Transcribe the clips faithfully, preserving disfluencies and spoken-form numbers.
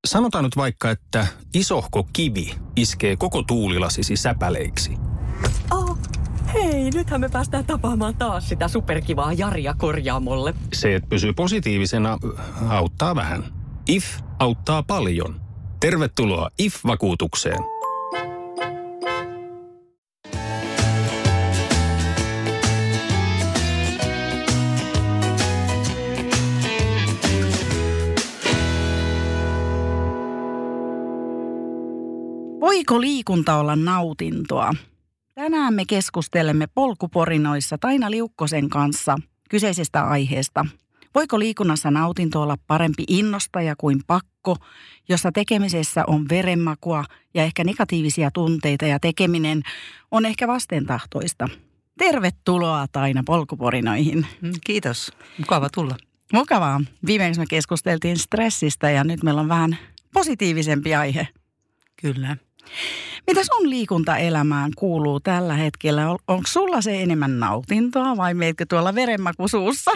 Sanotaan nyt vaikka, että isohko kivi iskee koko tuulilasisi säpäleiksi. Oh, hei, nythän me päästään tapaamaan taas sitä superkivaa Jaria korjaamolle. Se, että pysyy positiivisena, auttaa vähän. I F auttaa paljon. Tervetuloa I F-vakuutukseen. Voiko liikunta olla nautintoa? Tänään me keskustelemme polkuporinoissa Taina Liukkosen kanssa kyseisestä aiheesta. Voiko liikunnassa nautinto olla parempi innostaja kuin pakko, jossa tekemisessä on verenmakua ja ehkä negatiivisia tunteita ja tekeminen on ehkä vastentahtoista? Tervetuloa Taina polkuporinoihin. Kiitos. Mukava tulla. Mukavaa. Viimeksi me keskusteltiin stressistä ja nyt meillä on vähän positiivisempi aihe. Kyllä. Mitä sun liikuntaelämään kuuluu tällä hetkellä? Onko sulla se enemmän nautintoa vai meetkö tuolla verenmaku suussa?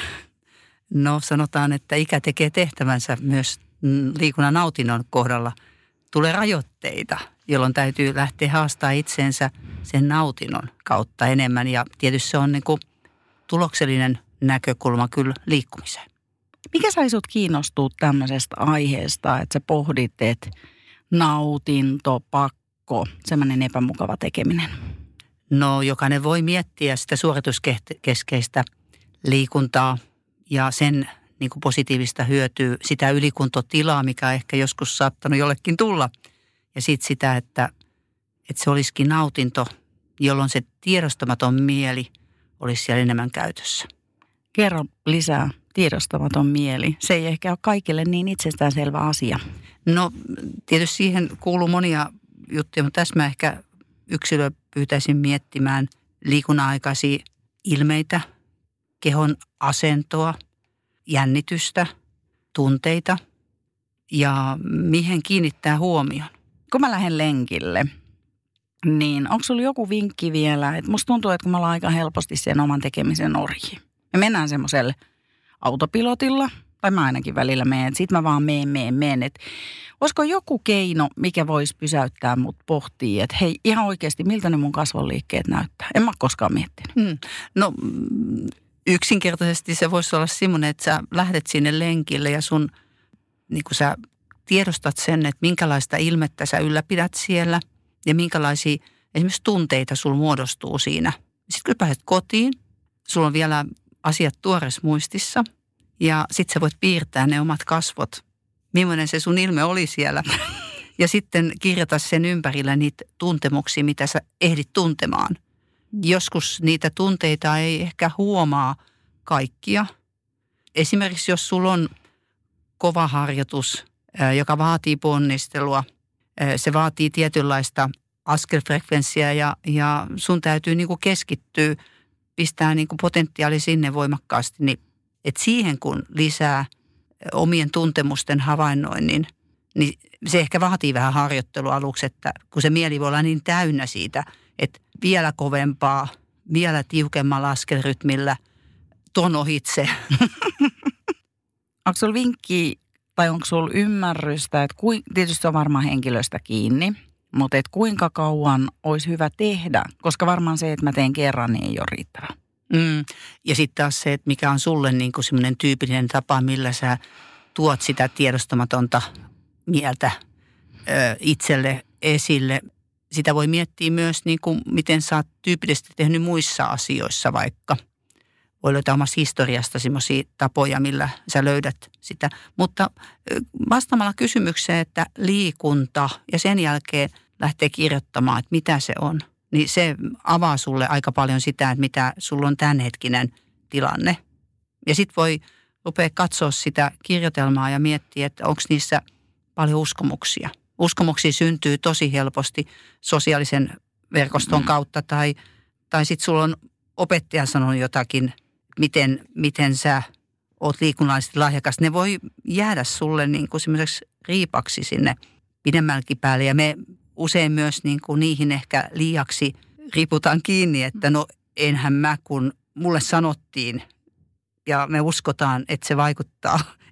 No sanotaan, että ikä tekee tehtävänsä myös liikunnan nautinnon kohdalla. Tulee rajoitteita, jolloin täytyy lähteä haastaa itseensä sen nautinnon kautta enemmän. Ja tietysti se on niin kuin tuloksellinen näkökulma kyllä liikkumiseen. Mikä sai sut kiinnostua tämmöisestä aiheesta, että sä pohdit, että nautinto, pakko, semmoinen epämukava tekeminen? No jokainen voi miettiä sitä suorituskeskeistä liikuntaa ja sen niin kuin positiivista hyötyä, sitä ylikuntotilaa, mikä on ehkä joskus saattanut jollekin tulla. Ja sitten sitä, että, että se olisikin nautinto, jolloin se tiedostamaton mieli olisi siellä enemmän käytössä. Kerro lisää. Tiedostamaton mieli. Se ei ehkä ole kaikille niin itsestäänselvä asia. No tietysti siihen kuuluu monia juttuja, mutta tässä mä ehkä yksilö pyytäisin miettimään liikunnan aikaisia ilmeitä, kehon asentoa, jännitystä, tunteita ja mihin kiinnittää huomioon. Kun mä lähden lenkille, niin onko sulla joku vinkki vielä? Et musta tuntuu, että kun mä ollaan aika helposti sen oman tekemisen orji. Me mennään semmoiselle autopilotilla, tai mä ainakin välillä menen, sitten mä vaan meen, meen, meen. Et olisiko joku keino, mikä voisi pysäyttää mut pohtii, että hei, ihan oikeasti, miltä ne mun kasvonliikkeet näyttää? En mä ole koskaan miettinyt. Hmm. No yksinkertaisesti se voisi olla semmoinen, että sä lähdet sinne lenkille ja sun, niin kun sä tiedostat sen, että minkälaista ilmettä sä ylläpidät siellä ja minkälaisia esimerkiksi tunteita sul muodostuu siinä. Sitten kun pääset kotiin, sulla on vielä asiat tuores muistissa ja sitten sä voit piirtää ne omat kasvot, millainen se sun ilme oli siellä. Ja sitten kirjata sen ympärillä niitä tuntemuksia, mitä sä ehdit tuntemaan. Joskus niitä tunteita ei ehkä huomaa kaikkia. Esimerkiksi jos sulla on kova harjoitus, joka vaatii ponnistelua, se vaatii tietynlaista askelfrekvenssiä ja, ja sun täytyy niinku keskittyä, pistää niinku potentiaali sinne voimakkaasti, niin että siihen kun lisää omien tuntemusten havainnoinnin, niin se ehkä vaatii vähän harjoittelua aluksi, että kun se mieli voi olla niin täynnä siitä, että vielä kovempaa, vielä tiukemmalla askelrytmillä, ton ohitse. Onko sulla vinkki tai onko sulla ymmärrystä, että kui, tietysti se on varmaan henkilöstä kiinni, mutta et kuinka kauan olisi hyvä tehdä, koska varmaan se, että mä teen kerran, niin ei ole riittävä. Mm. Ja sitten taas se, että mikä on sulle niin kuin semmoinen tyypillinen tapa, millä sä tuot sitä tiedostamatonta mieltä ö, itselle esille. Sitä voi miettiä myös, niin kuin, miten sä oot tyypillisesti tehnyt muissa asioissa vaikka. Voi löytää omasta historiasta semmoisia tapoja, millä sä löydät sitä. Mutta vastaamalla kysymykseen, että liikunta ja sen jälkeen lähtee kirjoittamaan, että mitä se on, niin se avaa sulle aika paljon sitä, että mitä sulla on tämänhetkinen tilanne. Ja sitten voi rupea katsoa sitä kirjoitelmaa ja miettiä, että onko niissä paljon uskomuksia. Uskomuksia syntyy tosi helposti sosiaalisen verkoston kautta tai, tai sitten sulla on opettaja sanonut jotakin, miten, miten sä oot liikunnallisesti lahjakas. Ne voi jäädä sulle niin kuin semmoiseksi riipaksi sinne pidemmälläkin päälle ja me usein myös niin kuin niihin ehkä liiaksi riputaan kiinni, että no enhän mä, kun mulle sanottiin ja me uskotaan, että se vaikuttaa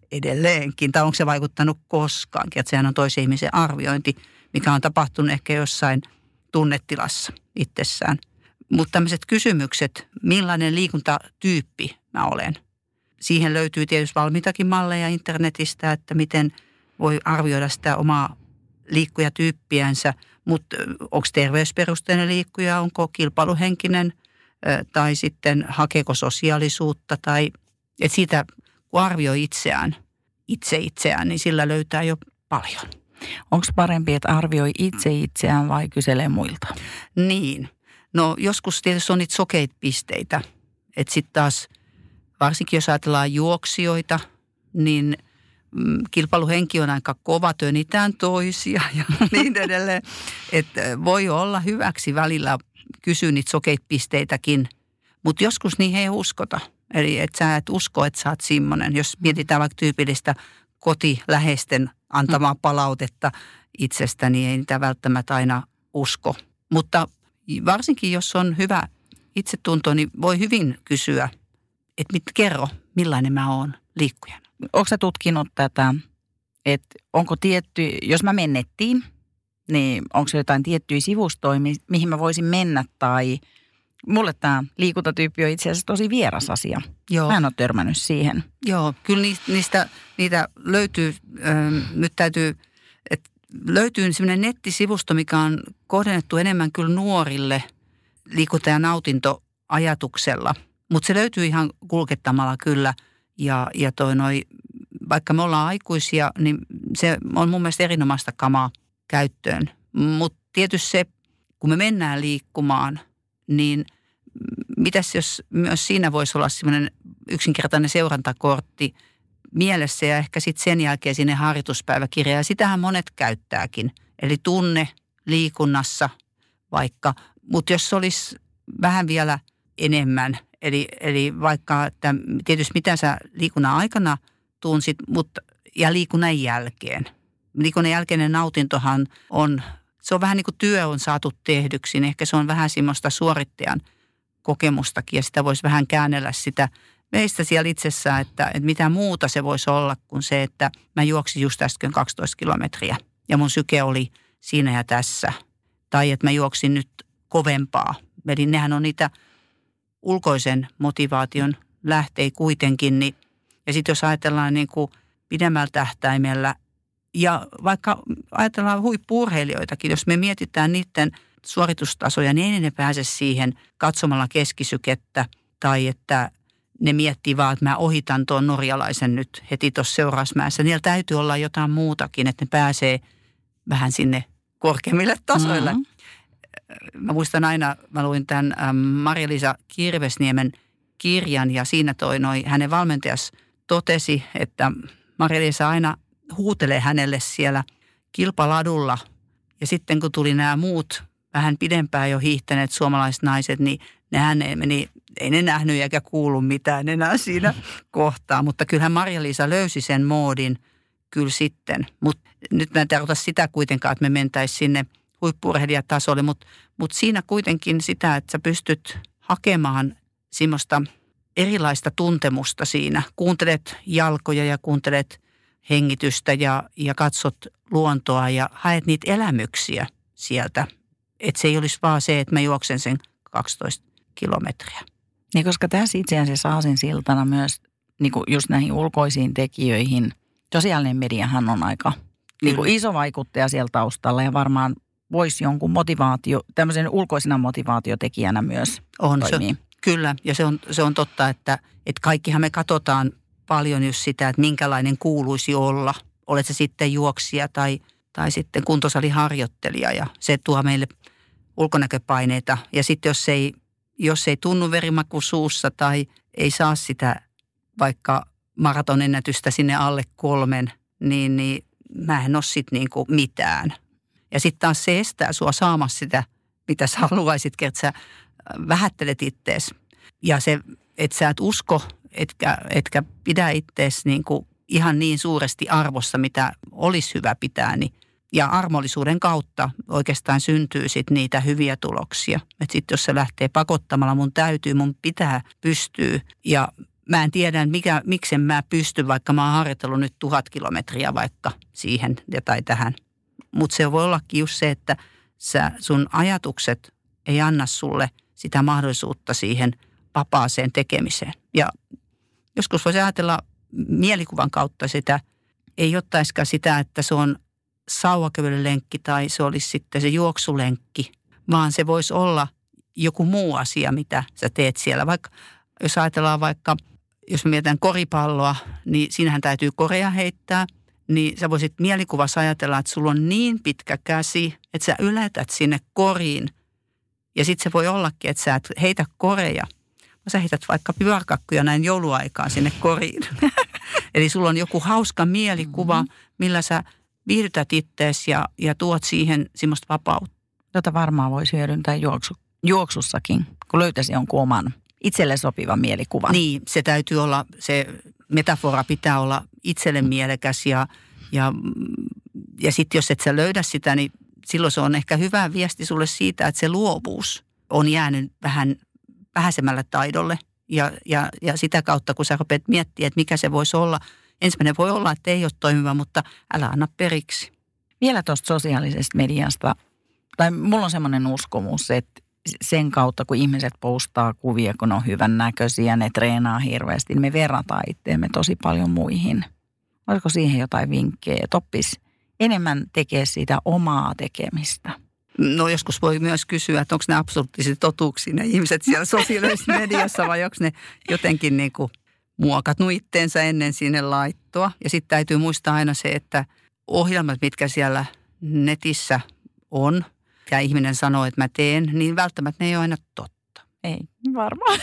edelleenkin, tai onko se vaikuttanut koskaankin, että sehän on toisen ihmisen arviointi, mikä on tapahtunut ehkä jossain tunnetilassa itsessään. Mutta tämmöiset kysymykset, millainen liikuntatyyppi mä olen. Siihen löytyy tietysti valmiitakin malleja internetistä, että miten voi arvioida sitä omaa liikkujatyyppiänsä, mutta onko terveysperusteinen liikkuja, onko kilpailuhenkinen tai sitten hakeeko sosiaalisuutta tai että siitä kun arvioi itseään, itse itseään, niin sillä löytää jo paljon. Onko parempi, että arvioi itse itseään vai kyselee muilta? Niin. No joskus tietysti on niitä sokeita pisteitä. Että sitten taas, varsinkin jos ajatellaan juoksijoita, niin mm, kilpailuhenki on aika kova, tönitään toisia ja niin edelleen. Että voi olla hyväksi välillä kysyä niitä sokeita pisteitäkin, mutta joskus niihin ei uskota. Eli että sä et usko, että sä oot semmoinen. Jos mietitään vaikka tyypillistä kotiläheisten antamaa palautetta itsestä, niin ei niitä välttämättä aina usko. Mutta varsinkin jos on hyvä itsetunto, niin voi hyvin kysyä, että mit, kerro, millainen mä oon liikkujana. Onko sä tutkinut tätä, että onko tietty, jos mä menen nettiin, niin onko se jotain tiettyjä sivustoja, mihin mä voisin mennä tai mulle tämä liikuntatyyppi on itse asiassa tosi vieras asia. Joo. Mä en ole törmännyt siihen. Joo, kyllä niistä, niitä löytyy, äh, nyt täytyy, että löytyy sellainen nettisivusto, mikä on kohdennettu enemmän kyllä nuorille liikunta- ja nautintoajatuksella. Mutta se löytyy ihan kulkettamalla kyllä ja, ja toi noi, vaikka me ollaan aikuisia, niin se on mun mielestä erinomaista kamaa käyttöön. Mutta tietysti se, kun me mennään liikkumaan, niin mitäs jos myös siinä voisi olla semmoinen yksinkertainen seurantakortti mielessä ja ehkä sitten sen jälkeen sinne harjoituspäiväkirja. Ja sitähän monet käyttääkin. Eli tunne liikunnassa vaikka, mutta jos olisi vähän vielä enemmän, eli, eli vaikka, että tietysti mitä sä liikunnan aikana tunsit, mutta ja liikunnan jälkeen. Liikunnan jälkeinen nautintohan on, se on vähän niin kuin työ on saatu tehdyksi, niin ehkä se on vähän semmoista suorittajan kokemustakin ja sitä voisi vähän käännellä sitä meistä siellä itsessään, että, että mitä muuta se voisi olla kuin se, että mä juoksin just äsken kaksitoista kilometriä ja mun syke oli siinä ja tässä. Tai että mä juoksin nyt kovempaa. Eli nehän on niitä ulkoisen motivaation lähteitä kuitenkin. Niin, ja sitten jos ajatellaan niin kuin pidemmällä tähtäimellä ja vaikka ajatellaan huippu-urheilijoitakin, jos me mietitään niiden suoritustasoja, niin ei ne pääse siihen katsomalla keskisykettä tai että ne miettii vaan, että mä ohitan tuon norjalaisen nyt heti tuossa Seurausmäessä. Niillä täytyy olla jotain muutakin, että ne pääsee vähän sinne korkeammille tasoille. Mm-hmm. Mä muistan aina, mä luin tämän Marja-Liisa Kirvesniemen kirjan ja siinä toi noi, hänen valmentajas totesi, että Marja-Liisa aina huutelee hänelle siellä kilpaladulla ja sitten kun tuli nämä muut vähän pidempään jo hiihtäneet suomalaiset naiset, niin nehän meni, ei ne nähnyt eikä kuulu mitään enää siinä kohtaa. Mutta kyllähän Marja-Liisa löysi sen moodin kyllä sitten. Mutta nyt mä en tarkoita sitä kuitenkaan, että me mentäisiin sinne huippu-urheilijatasolle, mutta, mutta siinä kuitenkin sitä, että sä pystyt hakemaan semmoista erilaista tuntemusta siinä. Kuuntelet jalkoja ja kuuntelet hengitystä ja, ja katsot luontoa ja haet niitä elämyksiä sieltä. Että se ei olisi vaan se, että mä juoksen sen kaksitoista kilometriä. Niin, koska tässä itse asiassa aasinsiltana myös niin kuin just näihin ulkoisiin tekijöihin. Sosiaalinen mediahan on aika niin kuin iso vaikuttaja siellä taustalla ja varmaan voisi jonkun motivaatio, tämmöisen ulkoisena motivaatiotekijänä myös on toimii. Se, kyllä, ja se on, se on totta, että, että kaikkihan me katsotaan paljon just sitä, että minkälainen kuuluisi olla. Olet se sitten juoksija tai, tai sitten kuntosaliharjoittelija ja se tuo meille ulkonäköpaineita. Ja sitten jos ei, jos ei tunnu verimaku suussa tai ei saa sitä vaikka maratonennätystä sinne alle kolmen, niin, niin mä en ole sitten niinku mitään. Ja sitten taas se estää sua saamassa sitä, mitä sä haluaisit, että sä vähättelet ittees. Ja se, että sä et usko, etkä, etkä pidä ittees niinku ihan niin suuresti arvossa, mitä olisi hyvä pitää, niin ja armollisuuden kautta oikeastaan syntyy sitten niitä hyviä tuloksia. Että sitten jos se lähtee pakottamalla, mun täytyy, mun pitää, pystyy ja mä en tiedä, mikä, miksen mä pystyn, vaikka mä oon harjoitellut nyt tuhat kilometriä vaikka siihen ja tai tähän. Mutta se voi ollakin just se, että sä, sun ajatukset ei anna sulle sitä mahdollisuutta siihen vapaaseen tekemiseen. Ja joskus voisi ajatella mielikuvan kautta sitä, ei ottaisikaan sitä, että se on sauvakävelylenkki tai se olisi sitten se juoksulenkki, vaan se voisi olla joku muu asia, mitä sä teet siellä. Vaikka jos ajatellaan vaikka, jos me mietitään koripalloa, niin siinähän täytyy korea heittää, niin sä voisit mielikuvassa ajatella, että sulla on niin pitkä käsi, että sä ylätät sinne koriin. Ja sitten se voi ollakin, että sä et heitä koreja. Sä heität vaikka pyörkakkuja näin jouluaikaan sinne koriin. Eli sulla on joku hauska mielikuva, millä sä viihdytät ittees ja, ja tuot siihen semmoista vapautta. Jota varmaan voisi hyödyntää juoksu, juoksussakin, kun löytäisi jonkun oman itselle sopivan mielikuvan. Niin, se täytyy olla, se metafora pitää olla itselle mielekäs ja, ja, ja sitten jos et sä löydä sitä, niin silloin se on ehkä hyvä viesti sulle siitä, että se luovuus on jäänyt vähän vähäisemmälle taidolle. Ja, ja, ja sitä kautta, kun sä rupeat miettimään, että mikä se voisi olla. Ensimmäinen voi olla, että ei ole toimiva, mutta älä anna periksi. Vielä tuosta sosiaalisesta mediasta, tai mulla on semmoinen uskomus, että sen kautta, kun ihmiset postaa kuvia, kun on hyvän näköisiä, ne treenaa hirveästi, niin me verrataan itseämme tosi paljon muihin. Olisiko siihen jotain vinkkejä, että oppisi enemmän tekee sitä omaa tekemistä? No joskus voi myös kysyä, että onko ne absoluuttisia totuuksia ne ihmiset siellä sosiaalisessa mediassa vai onko ne jotenkin niin kuin muokattu itteensä ennen sinne laittoa. Ja sitten täytyy muistaa aina se, että ohjelmat, mitkä siellä netissä on ja ihminen sanoo, että mä teen, niin välttämättä ne ei ole aina totta. Ei, varmaan.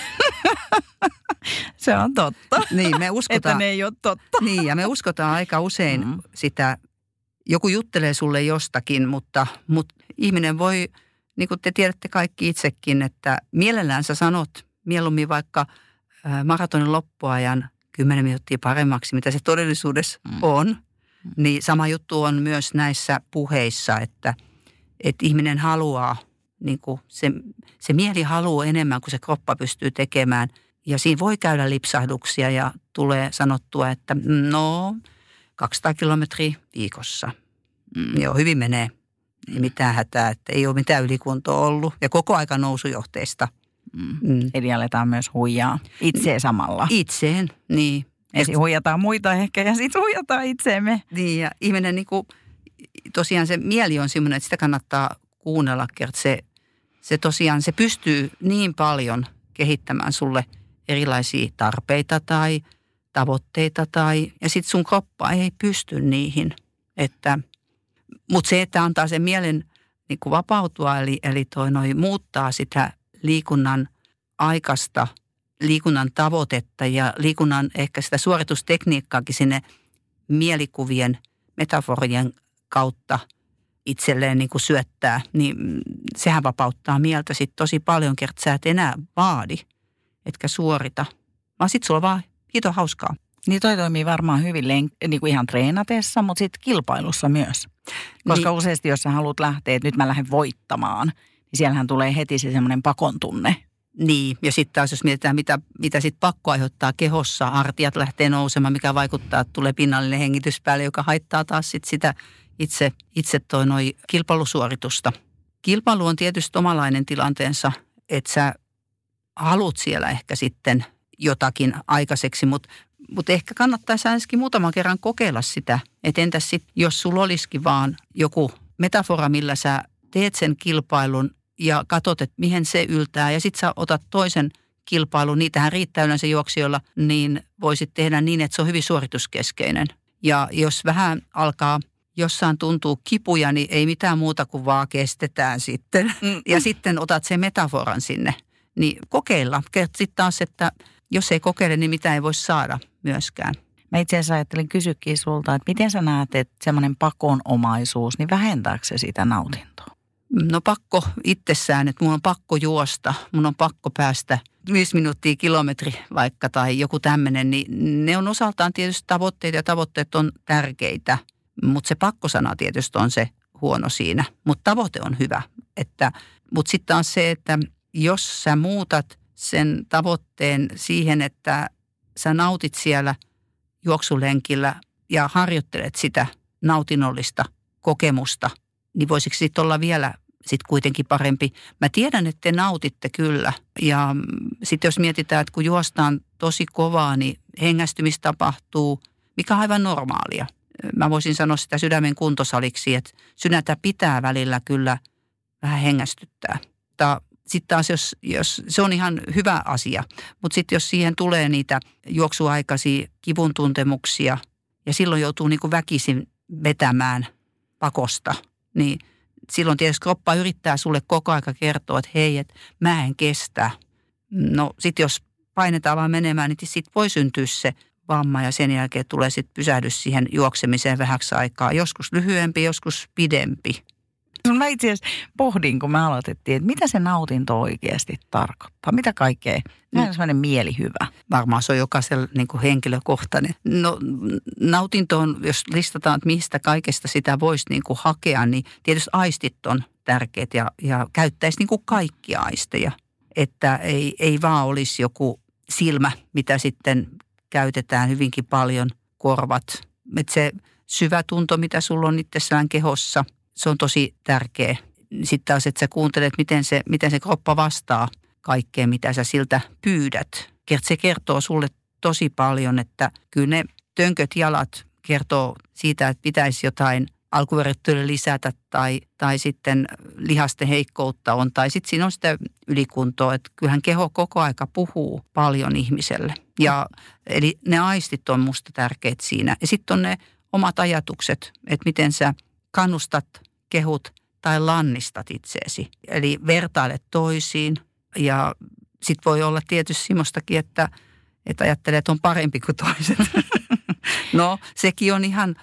Se on totta. Niin, me uskotaan. Että ne ei ole totta. Niin, ja me uskotaan aika usein mm. sitä. Joku juttelee sulle jostakin, mutta, mutta ihminen voi, niin kuin te tiedätte kaikki itsekin, että mielellään sä sanot mieluummin vaikka maratonin loppuajan kymmenen minuuttia paremmaksi, mitä se todellisuudessa mm. on. Mm. Niin sama juttu on myös näissä puheissa, että, että ihminen haluaa, niin kuin se, se mieli haluaa enemmän kuin se kroppa pystyy tekemään. Ja siinä voi käydä lipsahduksia ja tulee sanottua, että no kaksisataa kilometriä viikossa. Mm. Joo, hyvin menee. Ei mitään hätää, että ei ole mitään ylikuntoa ollut. Ja koko aika nousujohteista. Mm. Mm. Eli aletaan myös huijaa itseen samalla. Itseen, niin. Ensin huijataan muita ehkä ja sitten huijataan itseemme. Niin ja ihminen niin kuin, tosiaan se mieli on semmoinen, että sitä kannattaa kuunnella. Että se, se tosiaan, se pystyy niin paljon kehittämään sulle erilaisia tarpeita tai tavoitteita tai, ja sitten sun kroppa ei pysty niihin. Että, mutta se, että antaa sen mielen niin kuin vapautua, eli, eli toi noi muuttaa sitä liikunnan aikaista, liikunnan tavoitetta ja liikunnan ehkä sitä suoritustekniikkaakin sinne mielikuvien, metaforien kautta itselleen niin kuin syöttää, niin sehän vapauttaa mieltä sitten tosi paljon, kertaa sä et enää vaadi, etkä suorita, vaan sitten sulla vaan hito hauskaa. Niin toi toimii varmaan hyvin len- niin kuin ihan treenatessa, mutta sitten kilpailussa myös. Koska niin. Useasti, jos sä haluat lähteä, että nyt mä lähden voittamaan, niin siellähän tulee heti se semmoinen pakon tunne. Niin, ja sitten taas jos mietitään, mitä, mitä sitten pakko aiheuttaa kehossa, artiat lähtee nousemaan, mikä vaikuttaa, että tulee pinnallinen hengitys päälle, joka haittaa taas sit sitä itse, itse toi noi kilpailusuoritusta. Kilpailu on tietysti omalainen tilanteensa, että sä haluat siellä ehkä sitten jotakin aikaiseksi, mutta Mutta ehkä kannattaisi ainakin muutaman kerran kokeilla sitä, että entäs sitten, jos sulla olisikin vaan joku metafora, millä sä teet sen kilpailun ja katsot, että mihin se yltää ja sitten sä otat toisen kilpailun, niitähän riittää yleensä juoksijoilla, niin voisit tehdä niin, että se on hyvin suorituskeskeinen. Ja jos vähän alkaa jossain tuntuu kipuja, niin ei mitään muuta kuin vaan kestetään sitten. Mm. Ja sitten otat sen metaforan sinne, niin kokeilla. Sitten taas, että jos ei kokeile, niin mitä ei voi saada myöskään. Mä itse asiassa ajattelin kysyäkin sulta, että miten sä näet, että semmoinen pakonomaisuus, niin vähentääkö se sitä nautintoa? No pakko itsessään, että mun on pakko juosta, mun on pakko päästä viisi minuuttia kilometri vaikka tai joku tämmöinen, niin ne on osaltaan tietysti tavoitteita ja tavoitteet on tärkeitä, mutta se pakkosana tietysti on se huono siinä, mutta tavoite on hyvä. Että, mutta sitten taas se, että jos sä muutat sen tavoitteen siihen, että sä nautit siellä juoksulenkillä ja harjoittelet sitä nautinnollista kokemusta, niin voisiko sitten olla vielä sitten kuitenkin parempi. Mä tiedän, että te nautitte kyllä. Ja sitten jos mietitään, että kun juostaan tosi kovaa, niin hengästymistä tapahtuu, mikä on aivan normaalia. Mä voisin sanoa sitä sydämen kuntosaliksi, että sydäntä pitää välillä kyllä vähän hengästyttää. Sitten taas, jos, jos se on ihan hyvä asia, mutta sitten jos siihen tulee niitä juoksuaikaisia kivun tuntemuksia ja silloin joutuu niin kuin väkisin vetämään pakosta, niin silloin tietysti kroppa yrittää sulle koko aika kertoa, että hei, että mä en kestä. No sitten jos painetaan vaan menemään, niin sitten voi syntyä se vamma ja sen jälkeen tulee sitten pysähdys siihen juoksemiseen vähäksi aikaa. Joskus lyhyempi, joskus pidempi. Mä itse asiassa pohdin, kun me aloitettiin, että mitä se nautinto oikeasti tarkoittaa. Mitä kaikkea? Tämä on sellainen mielihyvä. Varmaan se on jokaisella niin kuin henkilökohtainen. No nautinto on, jos listataan, että mistä kaikesta sitä voisi niin kuin hakea, niin tietysti aistit on tärkeät ja, ja käyttäisi niin kuin kaikkia aisteja. Että ei, ei vaan olisi joku silmä, mitä sitten käytetään hyvinkin paljon, korvat. Että se syvä tunto, mitä sulla on itsessään kehossa, se on tosi tärkeä. Sitten taas, että sä kuuntelet, miten se, miten se kroppa vastaa kaikkeen, mitä sä siltä pyydät. Se kertoo sulle tosi paljon, että kyllä ne tönköt jalat kertoo siitä, että pitäisi jotain alkuveryttelyä lisätä tai, tai sitten lihasten heikkoutta on. Tai sitten siinä on sitä ylikuntoa, että kyllähän keho koko aika puhuu paljon ihmiselle. Ja, eli ne aistit on musta tärkeät siinä. Ja sitten on ne omat ajatukset, että miten sä kannustat, kehut tai lannistat itseesi. Eli vertailet toisiin ja sitten voi olla tietysti semmoistakin, että, että ajattelee, että on parempi kuin toiset. No sekin on ihan,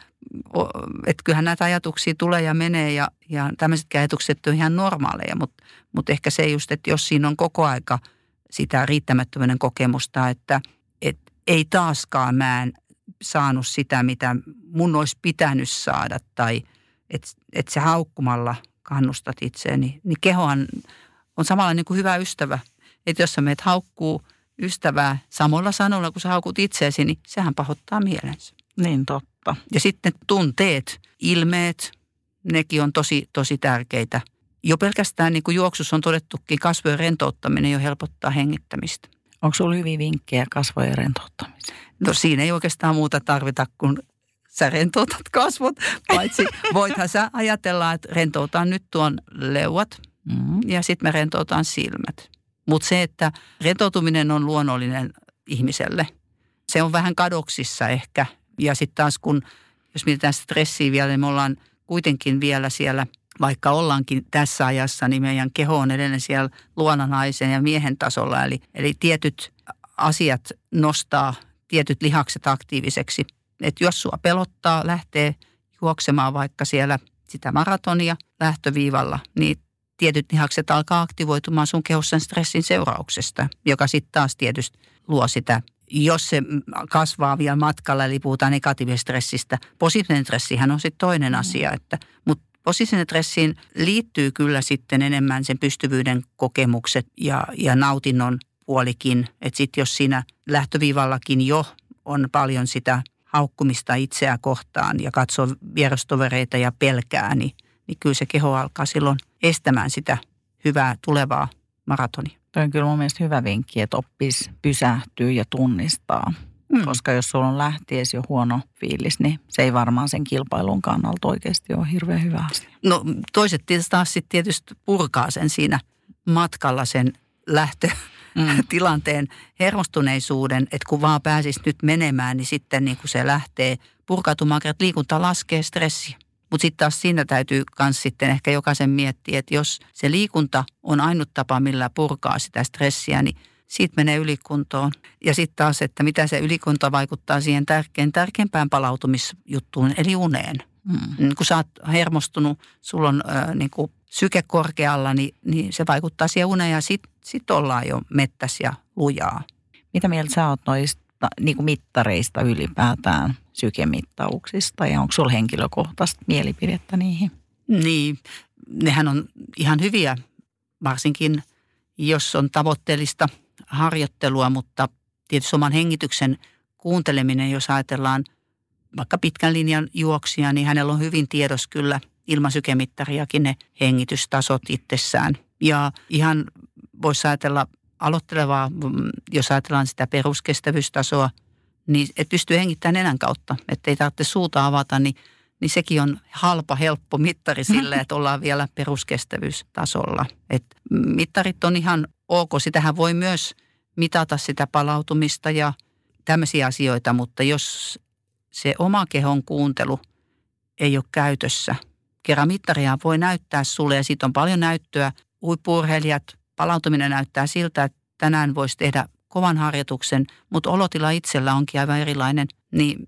että kyllähän näitä ajatuksia tulee ja menee ja, ja tämmöisetkin ajatukset on ihan normaaleja, mutta, mutta ehkä se just, että jos siinä on koko aika sitä riittämättömyyden kokemusta, että, että ei taaskaan mä en saanut sitä, mitä mun olisi pitänyt saada tai että et sä haukkumalla kannustat itseäni, niin kehohan on samalla niin kuin hyvä ystävä. Että jos sä meet haukkuu ystävää samoilla sanoilla, kun sä haukut itseäsi, niin sehän pahoittaa mielensä. Niin totta. Ja sitten tunteet, ilmeet, nekin on tosi, tosi tärkeitä. Jo pelkästään niin kuin juoksussa on todettukin, kasvojen rentouttaminen jo helpottaa hengittämistä. Onko sulla hyviä vinkkejä kasvojen rentouttamiseen? No siinä ei oikeastaan muuta tarvita kuin sä rentoutat kasvot, paitsi voithan sä ajatella, että rentoutaan nyt tuon leuat mm-hmm. ja sitten me rentoutaan silmät. Mutta se, että rentoutuminen on luonnollinen ihmiselle, se on vähän kadoksissa ehkä. Ja sitten taas kun, jos mietitään stressiä vielä, niin me ollaan kuitenkin vielä siellä, vaikka ollaankin tässä ajassa, niin meidän keho on edelleen siellä luonnanaisen ja miehen tasolla. Eli, eli tietyt asiat nostaa tietyt lihakset aktiiviseksi. Että jos sua pelottaa, lähtee juoksemaan vaikka siellä sitä maratonia lähtöviivalla, niin tietyt lihakset alkaa aktivoitumaan sun kehossa stressin seurauksesta, joka sitten taas tietysti luo sitä, jos se kasvaa vielä matkalla, eli puhutaan negatiivisesta stressistä. Positiivinen stressihän on sitten toinen asia, että, mutta positiivisen stressiin liittyy kyllä sitten enemmän sen pystyvyyden kokemukset ja, ja nautinnon puolikin. Että sitten jos siinä lähtöviivallakin jo on paljon sitä haukkumista itseä kohtaan ja katsoo vierastovereita ja pelkää, niin, niin kyllä se keho alkaa silloin estämään sitä hyvää tulevaa maratonia. Tuo on kyllä mun mielestä hyvä vinkki, että oppisi pysähtyä ja tunnistaa. Mm. Koska jos sulla on lähties jo huono fiilis, niin se ei varmaan sen kilpailun kannalta oikeasti ole hirveän hyvä asia. No toiset taas sitten tietysti purkaa sen siinä matkalla sen lähtö. Mm. tilanteen hermostuneisuuden, että kun vaan pääsisi nyt menemään, niin sitten niin kun se lähtee purkautumaan, että liikunta laskee stressiä. Mutta sitten taas siinä täytyy myös sitten ehkä jokaisen miettiä, että jos se liikunta on ainut tapa, millä purkaa sitä stressiä, niin siitä menee ylikuntoon. Ja sitten taas, että mitä se ylikunta vaikuttaa siihen tärkein, tärkeimpään palautumisjuttuun, eli uneen. Mm. Kun sä oot hermostunut, sulla on äh, niin kuin syke korkealla, niin, niin se vaikuttaa siihen uneen ja sitten sit ollaan jo mettäs ja lujaa. Mitä mieltä sä oot noista niin kuin mittareista ylipäätään, sykemittauksista ja onko sulla henkilökohtaista mielipidettä niihin? Niin, nehän on ihan hyviä, varsinkin jos on tavoitteellista harjoittelua, mutta tietysti oman hengityksen kuunteleminen, jos ajatellaan vaikka pitkän linjan juoksia, niin hänellä on hyvin tiedossa kyllä ilman sykemittariakin ne hengitystasot itsessään. Ja ihan voisi ajatella aloittelevaa, jos ajatellaan sitä peruskestävyystasoa, niin että pystyy hengittämään nenän kautta, että ei tarvitse suuta avata, niin, niin sekin on halpa, helppo mittari sille, että ollaan vielä peruskestävyystasolla. Et mittarit on ihan ok, sitähän voi myös mitata sitä palautumista ja tämmöisiä asioita, mutta jos se oma kehon kuuntelu ei ole käytössä, kerran mittaria voi näyttää sulle ja siitä on paljon näyttöä. Huippu-urheilijat, palautuminen näyttää siltä, että tänään voisi tehdä kovan harjoituksen, mutta olotila itsellä onkin aivan erilainen, niin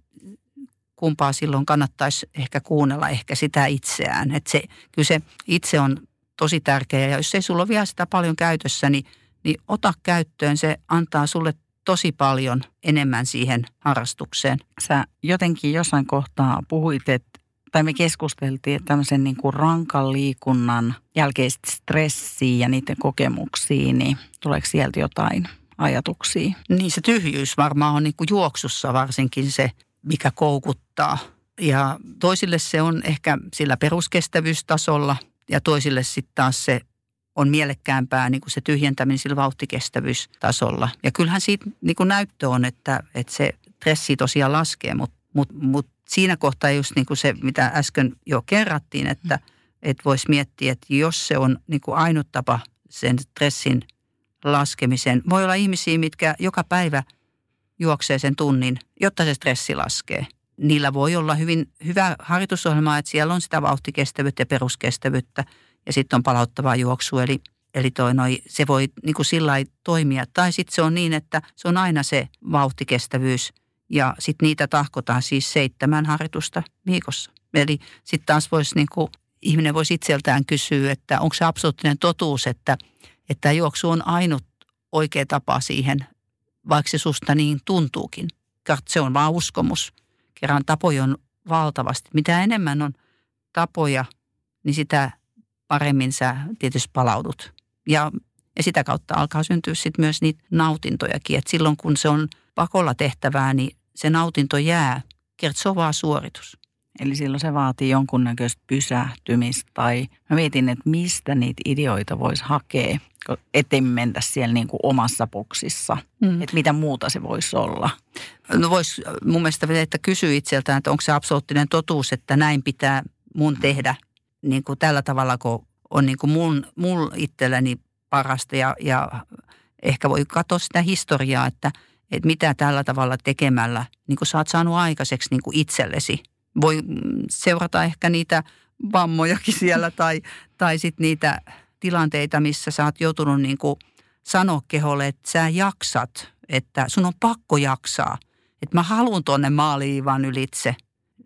kumpaa silloin kannattaisi ehkä kuunnella, ehkä sitä itseään. Että se, kyllä se itse on tosi tärkeä ja jos ei sulla ole vielä sitä paljon käytössä, niin, niin ota käyttöön. Se antaa sulle tosi paljon enemmän siihen harrastukseen. Sä jotenkin jossain kohtaa puhuit, että, tai me keskusteltiin, että tämmöisen niin kuin rankan liikunnan jälkeistä stressiä ja niiden kokemuksiin, niin tuleeko sieltä jotain ajatuksia? Niin se tyhjyys varmaan on niin kuin juoksussa varsinkin se, mikä koukuttaa. Ja toisille se on ehkä sillä peruskestävyystasolla ja toisille sitten taas se on mielekkäämpää niin kuin se tyhjentäminen sillä vauhtikestävyystasolla. Ja kyllähän siitä niin kuin näyttö on, että, että se stressi tosiaan laskee, mutta mut, mut siinä kohtaa just niin kuin se, mitä äsken jo kerrattiin, että et voisi miettiä, että jos se on niin kuin ainut tapa sen stressin laskemisen. Voi olla ihmisiä, mitkä joka päivä juoksee sen tunnin, jotta se stressi laskee. Niillä voi olla hyvin hyvä harjoitusohjelma, että siellä on sitä vauhtikestävyyttä ja peruskestävyyttä ja sitten on palauttavaa juoksua. Eli, eli toi noi, se voi niin kuin sillä lailla toimia. Tai sitten se on niin, että se on aina se vauhtikestävyys ja sitten niitä tahkotaan siis seitsemän harjoitusta viikossa. Eli sitten taas voisi niin kuin, ihminen voisi itseltään kysyä, että onko se absoluuttinen totuus, että että juoksu on ainut oikea tapa siihen, vaikka se susta niin tuntuukin. Se on vaan uskomus. Kerran tapoja on valtavasti. Mitä enemmän on tapoja, niin sitä paremmin sä tietysti palaudut. Ja, ja sitä kautta alkaa syntyä sitten myös niitä nautintojakin. Et silloin kun se on pakolla tehtävää, niin se nautinto jää. Kerta se on vaan suoritus. Eli silloin se vaatii jonkunnäköistä pysähtymistä tai mä mietin, että mistä niitä ideoita voisi hakea, ettei mentä siellä niin kuin omassa boksissa. Mm. Että mitä muuta se voisi olla? No voisi mun mielestä että kysyä itseltään, että onko se absoluuttinen totuus, että näin pitää mun tehdä niin kuin tällä tavalla, kun on niin kuin mun, mun itselläni parasta ja, ja ehkä voi katsoa sitä historiaa, että, että mitä tällä tavalla tekemällä niin kuin sä oot saanut aikaiseksi niin kuin itsellesi. Voi seurata ehkä niitä vammojakin siellä tai, tai sitten niitä tilanteita, missä sä oot joutunut niin kuin sanoa keholle, että sä jaksat, että sun on pakko jaksaa. Että mä haluan tuonne maaliivan ylitse.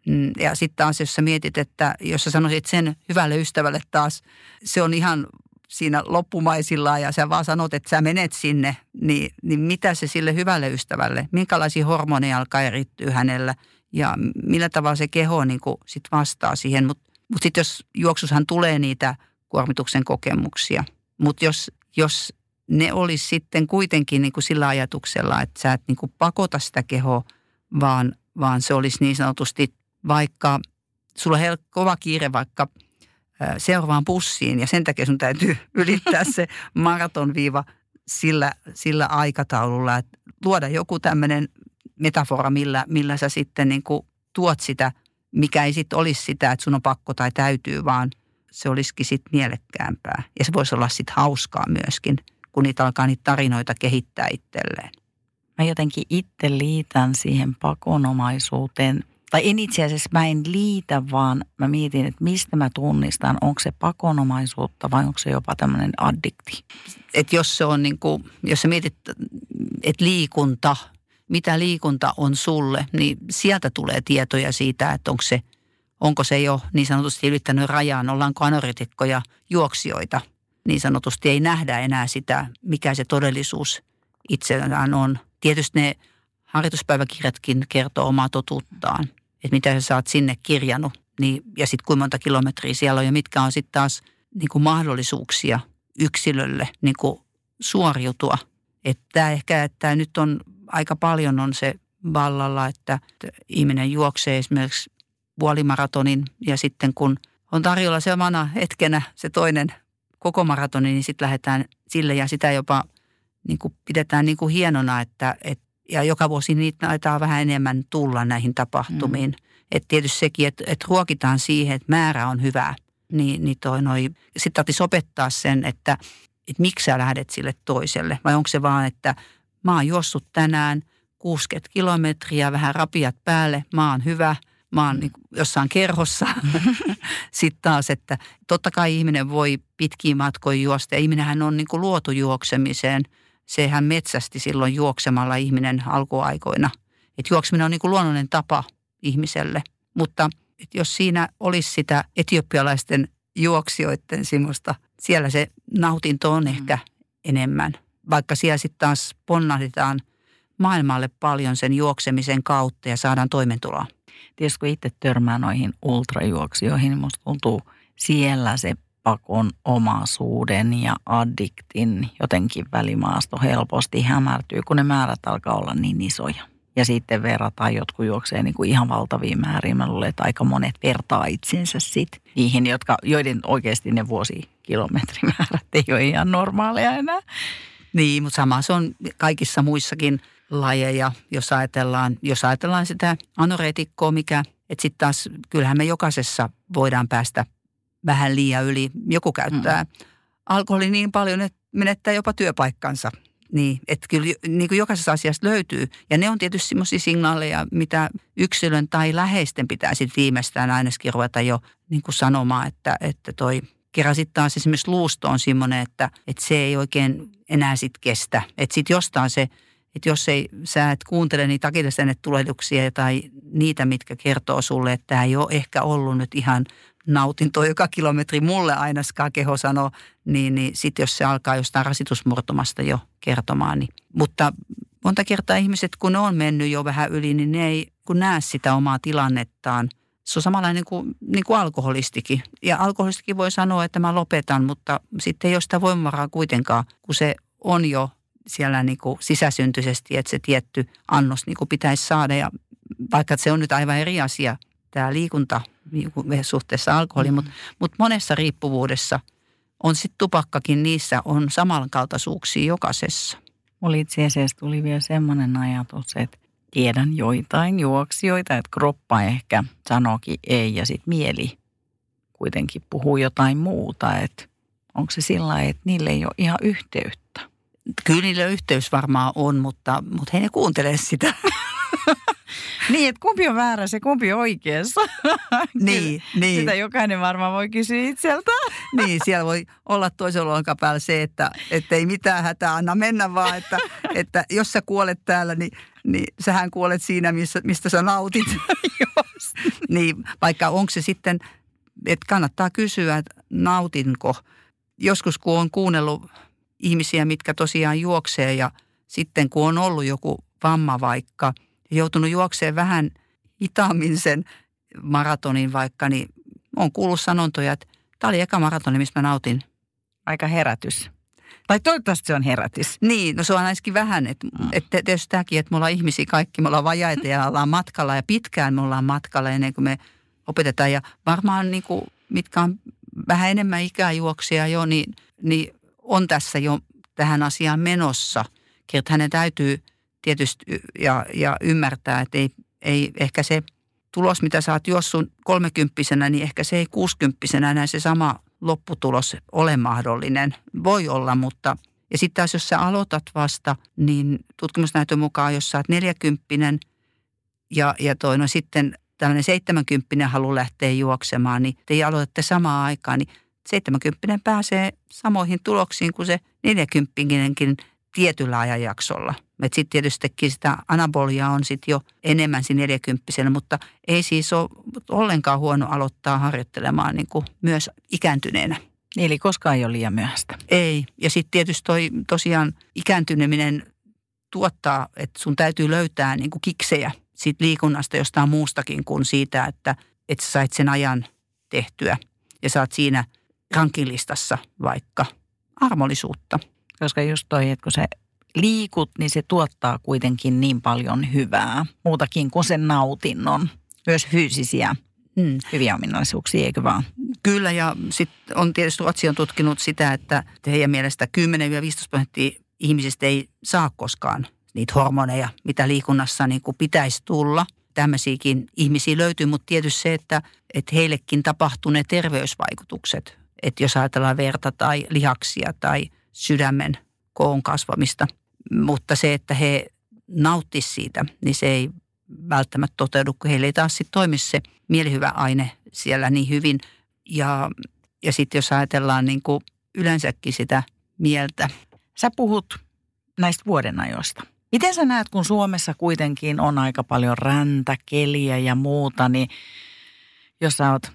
Ja sitten taas, jos sä mietit, että jos sä sanoisit sen hyvälle ystävälle taas, se on ihan siinä loppumaisilla ja sä vaan sanot, että sä menet sinne, niin, niin mitä se sille hyvälle ystävälle, minkälaisia hormoneja alkaa erittyä hänellä ja millä tavalla se keho niin kuin sit vastaa siihen. Mutta mut sitten jos juoksushan tulee niitä kuormituksen kokemuksia, mutta jos, jos ne olisi sitten kuitenkin niin kuin sillä ajatuksella, että sä et niin kuin pakota sitä kehoa, vaan, vaan se olisi niin sanotusti vaikka, sulla on kova kiire vaikka seuraavaan bussiin ja sen takia sun täytyy ylittää se maratonviiva sillä, sillä aikataululla, että luoda joku tämmöinen metafora, millä, millä sä sitten niin kuin tuot sitä, mikä ei sitten olisi sitä, että sun on pakko tai täytyy, vaan se olisikin sitten mielekkäämpää. Ja se voisi olla sitten hauskaa myöskin, kun niitä alkaa niitä tarinoita kehittää itselleen. Mä jotenkin itse liitän siihen pakonomaisuuteen. Tai en itse asiassa mä en liitä, vaan mä mietin, että mistä mä tunnistan, onko se pakonomaisuutta vai onko se jopa tämmöinen addikti. Että jos se on niin kuin, jos sä mietit, että liikunta, mitä liikunta on sulle, niin sieltä tulee tietoja siitä, että onko se, onko se jo niin sanotusti ylittänyt rajaan, ollaanko anoretikkoja juoksijoita. Niin sanotusti ei nähdä enää sitä, mikä se todellisuus itsellään on. Tietysti ne harjoituspäiväkirjatkin kertoo omaa totuuttaan, että mitä sä saat sinne kirjannut niin, ja sitten kuinka monta kilometriä siellä on ja mitkä on sitten taas niin kuin mahdollisuuksia yksilölle niin kuin suoriutua. Että ehkä, että nyt on aika paljon on se vallalla, että ihminen juoksee esimerkiksi puolimaratonin ja sitten kun on tarjolla samana hetkenä se toinen koko maratoni, niin sitten lähdetään sille ja sitä jopa niin kuin pidetään niin kuin hienona, että et, ja joka vuosi niitä taitaa vähän enemmän tulla näihin tapahtumiin. Mm. Että tietysti sekin, että et ruokitaan siihen, että määrä on hyvä, niin, niin toi noi, sitten tarvitsisi opettaa sen, että et miksi sä lähdet sille toiselle vai onko se vaan, että mä oon juossut tänään kuusikymmentä kilometriä, vähän rapiat päälle, mä oon hyvä, mä oon niin jossain kerhossa. Sitten taas, että totta kai ihminen voi pitkiä matkoja juosta ja ihminenhän on niin kuin luotu juoksemiseen. Sehän metsästi silloin juoksemalla ihminen alkuaikoina. Että juokseminen on niin kuin luonnollinen tapa ihmiselle, mutta että jos siinä olisi sitä etiopialaisten juoksijoiden semmoista, siellä se nautinto on ehkä enemmän. Vaikka siellä sitten taas ponnahdetaan maailmalle paljon sen juoksemisen kautta ja saadaan toimeentuloa. Tietysti kun itse törmää noihin ultrajuoksijoihin, niin musta tuntuu siellä se pakon omaisuuden ja addiktin jotenkin välimaasto helposti hämärtyy, kun ne määrät alkaa olla niin isoja. Ja sitten verrataan, jotkut juoksee niin kuin ihan valtaviin määriin. Mä luulen, että aika monet vertaa itsensä sitten niihin, jotka, joiden oikeasti ne vuosikilometrimäärät ei ole ihan normaaleja enää. Niin, mutta sama se on kaikissa muissakin lajeja, jos ajatellaan, jos ajatellaan sitä anoreetikkoa, mikä, että sitten taas kyllähän me jokaisessa voidaan päästä vähän liian yli. Joku käyttää mm. alkoholi niin paljon, että menettää jopa työpaikkansa. Niin, että kyllä niin kuin jokaisessa asiassa löytyy. Ja ne on tietysti semmoisia signaaleja, mitä yksilön tai läheisten pitää sitten viimeistään ainakin ruveta jo niin kuin sanomaan, että, että toi kerran sitten taas esimerkiksi luusto on semmoinen, että, että se ei oikein enää sitten kestä. Että sitten jostain se, että jos ei, sä et kuuntele niitä akillesjännetulehduksia tai niitä, mitkä kertoo sulle, että tämä ei ole ehkä ollut nyt ihan nautintoa joka kilometri mulle ainakaan keho sanoo, niin, niin sitten jos se alkaa jostain rasitusmurtumasta jo kertomaan. Niin. Mutta monta kertaa ihmiset, kun ne on mennyt jo vähän yli, niin ne ei kun näe sitä omaa tilannettaan. Se on samanlainen kuin, niin kuin alkoholistikin. Ja alkoholistikin voi sanoa, että mä lopetan, mutta sitten ei ole sitä voimavaraa kuitenkaan, kun se on jo siellä niin kuin sisäsyntyisesti, että se tietty annos niin kuin pitäisi saada. Ja vaikka se on nyt aivan eri asia, tämä liikunta suhteessa alkoholiin, mm-hmm. mutta, mutta monessa riippuvuudessa on sitten tupakkakin, niissä on samankaltaisuuksia jokaisessa. Oli itse asiassa tuli vielä semmoinen ajatus, että tiedän joitain juoksijoita, että kroppa ehkä sanoikin ei ja sitten mieli kuitenkin puhuu jotain muuta, että onko se sillä lailla, että niille ei ole ihan yhteyttä? Kyllä niillä yhteys varmaan on, mutta, mutta he ne kuuntele sitä. Niin, että kumpi on väärässä ja kumpi on oikeassa. Niin, niin. Sitä jokainen varmaan voi kysyä itseltään. Niin, siellä voi olla toisella olkapäällä se, että, että ei mitään hätää, anna mennä vaan, että, että jos sä kuolet täällä, niin, niin sähän kuolet siinä, missä, mistä sä nautit. Niin, vaikka onko se sitten, että kannattaa kysyä, että nautinko. Joskus kun on kuunnellut ihmisiä, mitkä tosiaan juoksee ja sitten kun on ollut joku vamma vaikka ja joutunut juoksemaan vähän hitaammin sen maratonin vaikka, niin on kuullut sanontoja, että tämä oli eka maratoni, missä mä nautin. Aika herätys. Tai toivottavasti se on herätys. Niin, no se on ainakin vähän, että, mm. että tietysti tämäkin, että me ollaan ihmisiä kaikki, me ollaan vajaita ja ollaan matkalla ja pitkään me ollaan matkalla ennen kuin me opetetaan. Ja varmaan niin kuin, mitkä on vähän enemmän ikäjuoksia jo, niin, niin on tässä jo tähän asiaan menossa. Että hänen täytyy tietysti ja, ja ymmärtää, että ei, ei ehkä se tulos, mitä sä oot juossut kolmekymppisenä, niin ehkä se ei kuusikymppisenä enää se sama lopputulos ole mahdollinen. Voi olla, mutta ja sitten taas jos sä aloitat vasta, niin tutkimusnäytön mukaan, jos sä oot neljäkymppinen ja, ja toi, no sitten tämmöinen seitsemänkymppinen haluaa lähteä juoksemaan, niin te aloitatte samaan aikaan, niin seitsemänkymppinen pääsee samoihin tuloksiin kuin se neljäkymppinenkin tietyllä ajanjaksolla. Sitten tietystikin sitä anaboliaa on sitten jo enemmän siinä neljäkymppisellä, mutta ei siis ole ollenkaan huono aloittaa harjoittelemaan niin kuin myös ikääntyneenä. Eli koskaan ei ole liian myöhäistä. Ei. Ja sitten tietysti toi, tosiaan ikääntyneminen tuottaa, että sun täytyy löytää niin kuin kiksejä siitä liikunnasta jostain muustakin kuin siitä, että, että sä sait sen ajan tehtyä ja saat siinä rankinglistassa vaikka armollisuutta. Koska just toi, että kun se liikut, niin se tuottaa kuitenkin niin paljon hyvää. Muutakin kuin sen nautinnon. Myös fyysisiä mm. hyviä ominaisuuksia, eikö vaan? Kyllä, ja sitten on tietysti Ruotsi on tutkinut sitä, että heidän mielestä kymmenen viisitoista prosenttia ihmisistä ei saa koskaan niitä hormoneja, mitä liikunnassa niin kuin pitäisi tulla. Tämmöisiäkin ihmisiä löytyy, mutta tietysti se, että, että heillekin tapahtuu ne terveysvaikutukset. Että jos ajatellaan verta tai lihaksia tai sydämen koon kasvamista. Mutta se, että he nauttisivat siitä, niin se ei välttämättä toteudu, kun heillä ei taas sitten toimi se mielihyvä aine siellä niin hyvin. Ja, ja sitten jos ajatellaan niin kuin yleensäkin sitä mieltä. Sä puhut näistä vuodenajoista. Miten sä näet, kun Suomessa kuitenkin on aika paljon räntäkeliä ja muuta, niin jos sä oot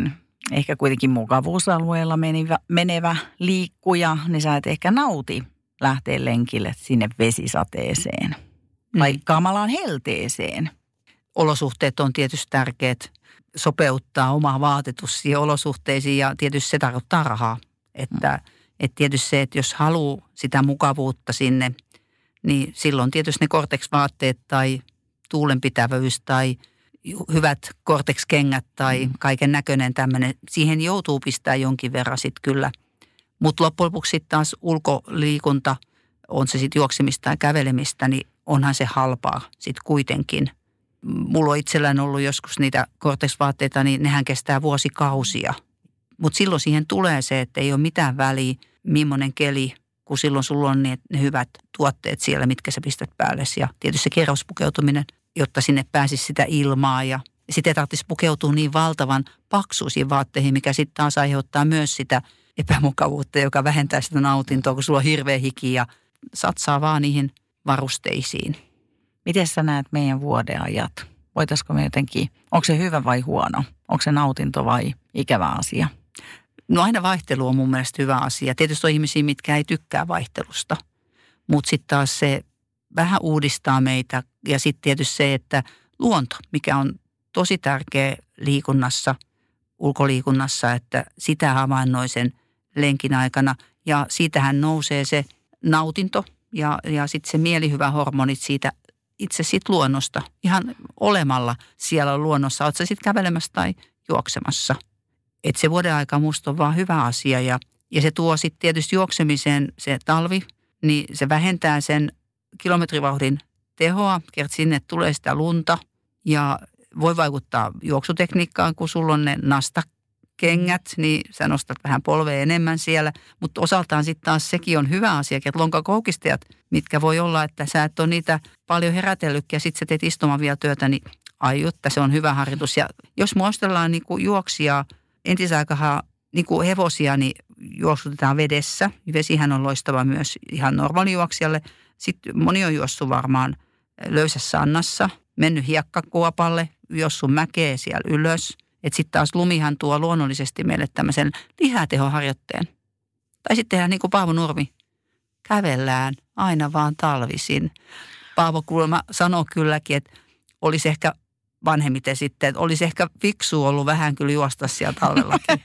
ehkä kuitenkin mukavuusalueella menevä, menevä liikkuja, niin sä et ehkä nauti lähteä lenkille sinne vesisateeseen tai mm. kamalaan helteeseen. Olosuhteet on tietysti tärkeät. Sopeuttaa oma vaatetus siihen olosuhteisiin ja tietysti se tarkoittaa rahaa. Että, mm. että tietysti se, että jos haluaa sitä mukavuutta sinne, niin silloin tietysti ne Gore-Tex-vaatteet tai tuulenpitävyys tai hyvät Gore-Tex-kengät tai kaiken näköinen tämmöinen, siihen joutuu pistää jonkin verran sitten kyllä. Mutta loppujen lopuksi sitten taas ulkoliikunta, on se sitten juoksemista tai kävelemistä, niin onhan se halpaa sitten kuitenkin. Mulla on itsellään ollut joskus niitä Gore-Tex-vaatteita, niin nehän kestää vuosikausia. Mutta silloin siihen tulee se, että ei ole mitään väliä, millainen keli, kun silloin sulla on ne, ne hyvät tuotteet siellä, mitkä sä pistät päälle. Ja tietysti se kerrospukeutuminen, jotta sinne pääsisi sitä ilmaa ja sitten ei tarvitsisi pukeutua niin valtavan paksuisiin vaatteihin, mikä sitten taas aiheuttaa myös sitä epämukavuutta, joka vähentää sitä nautintoa, kun sulla on hirveä hiki ja satsaa vaan niihin varusteisiin. Miten sä näet meidän vuodeajat? Voitaisiko me jotenkin, onko se hyvä vai huono? Onko se nautinto vai ikävä asia? No aina vaihtelu on mun mielestä hyvä asia. Tietysti on ihmisiä, mitkä ei tykkää vaihtelusta, mutta sitten taas se vähän uudistaa meitä. Ja sitten tietysti se, että luonto, mikä on tosi tärkeä liikunnassa, ulkoliikunnassa, että sitä havainnoi sen lenkin aikana. Ja siitähän nousee se nautinto ja, ja sitten se mielihyvä hormonit siitä itse siitä luonnosta. Ihan olemalla siellä luonnossa, oot sä sitten kävelemässä tai juoksemassa. Että se vuoden aika musta on vaan hyvä asia ja, ja se tuo sitten tietysti juoksemiseen se talvi, niin se vähentää sen kilometrivauhdin tehoa, kerta sinne tulee sitä lunta ja voi vaikuttaa juoksutekniikkaan, kun sulla on ne nastakengät, niin sä nostat vähän polvea enemmän siellä, mutta osaltaan sitten taas sekin on hyvä asia, että lonkakoukistajat, mitkä voi olla, että sä et ole niitä paljon herätellytkin ja sitten sä teet istumavia työtä, niin ai jotta se on hyvä harjoitus. Ja jos muistellaan niin kuin juoksia, entisaikahan niin kuin hevosia, niin juoksutetaan vedessä. Vesihän on loistava myös ihan normaalijuoksijalle. Sitten moni on juossut varmaan löysässä sannassa, mennyt hiekkakuopalle, juossut mäkeä siellä ylös. Että sitten taas lumihan tuo luonnollisesti meille tämmöisen lisätehoharjoitteen. Tai sitten tehdään niin kuin Paavo Nurmi, kävellään aina vaan talvisin. Paavo kuulemma sanoo kylläkin, että olisi ehkä vanhemmiten sitten, että olisi ehkä fiksu ollut vähän kyllä juosta siellä talvellakin.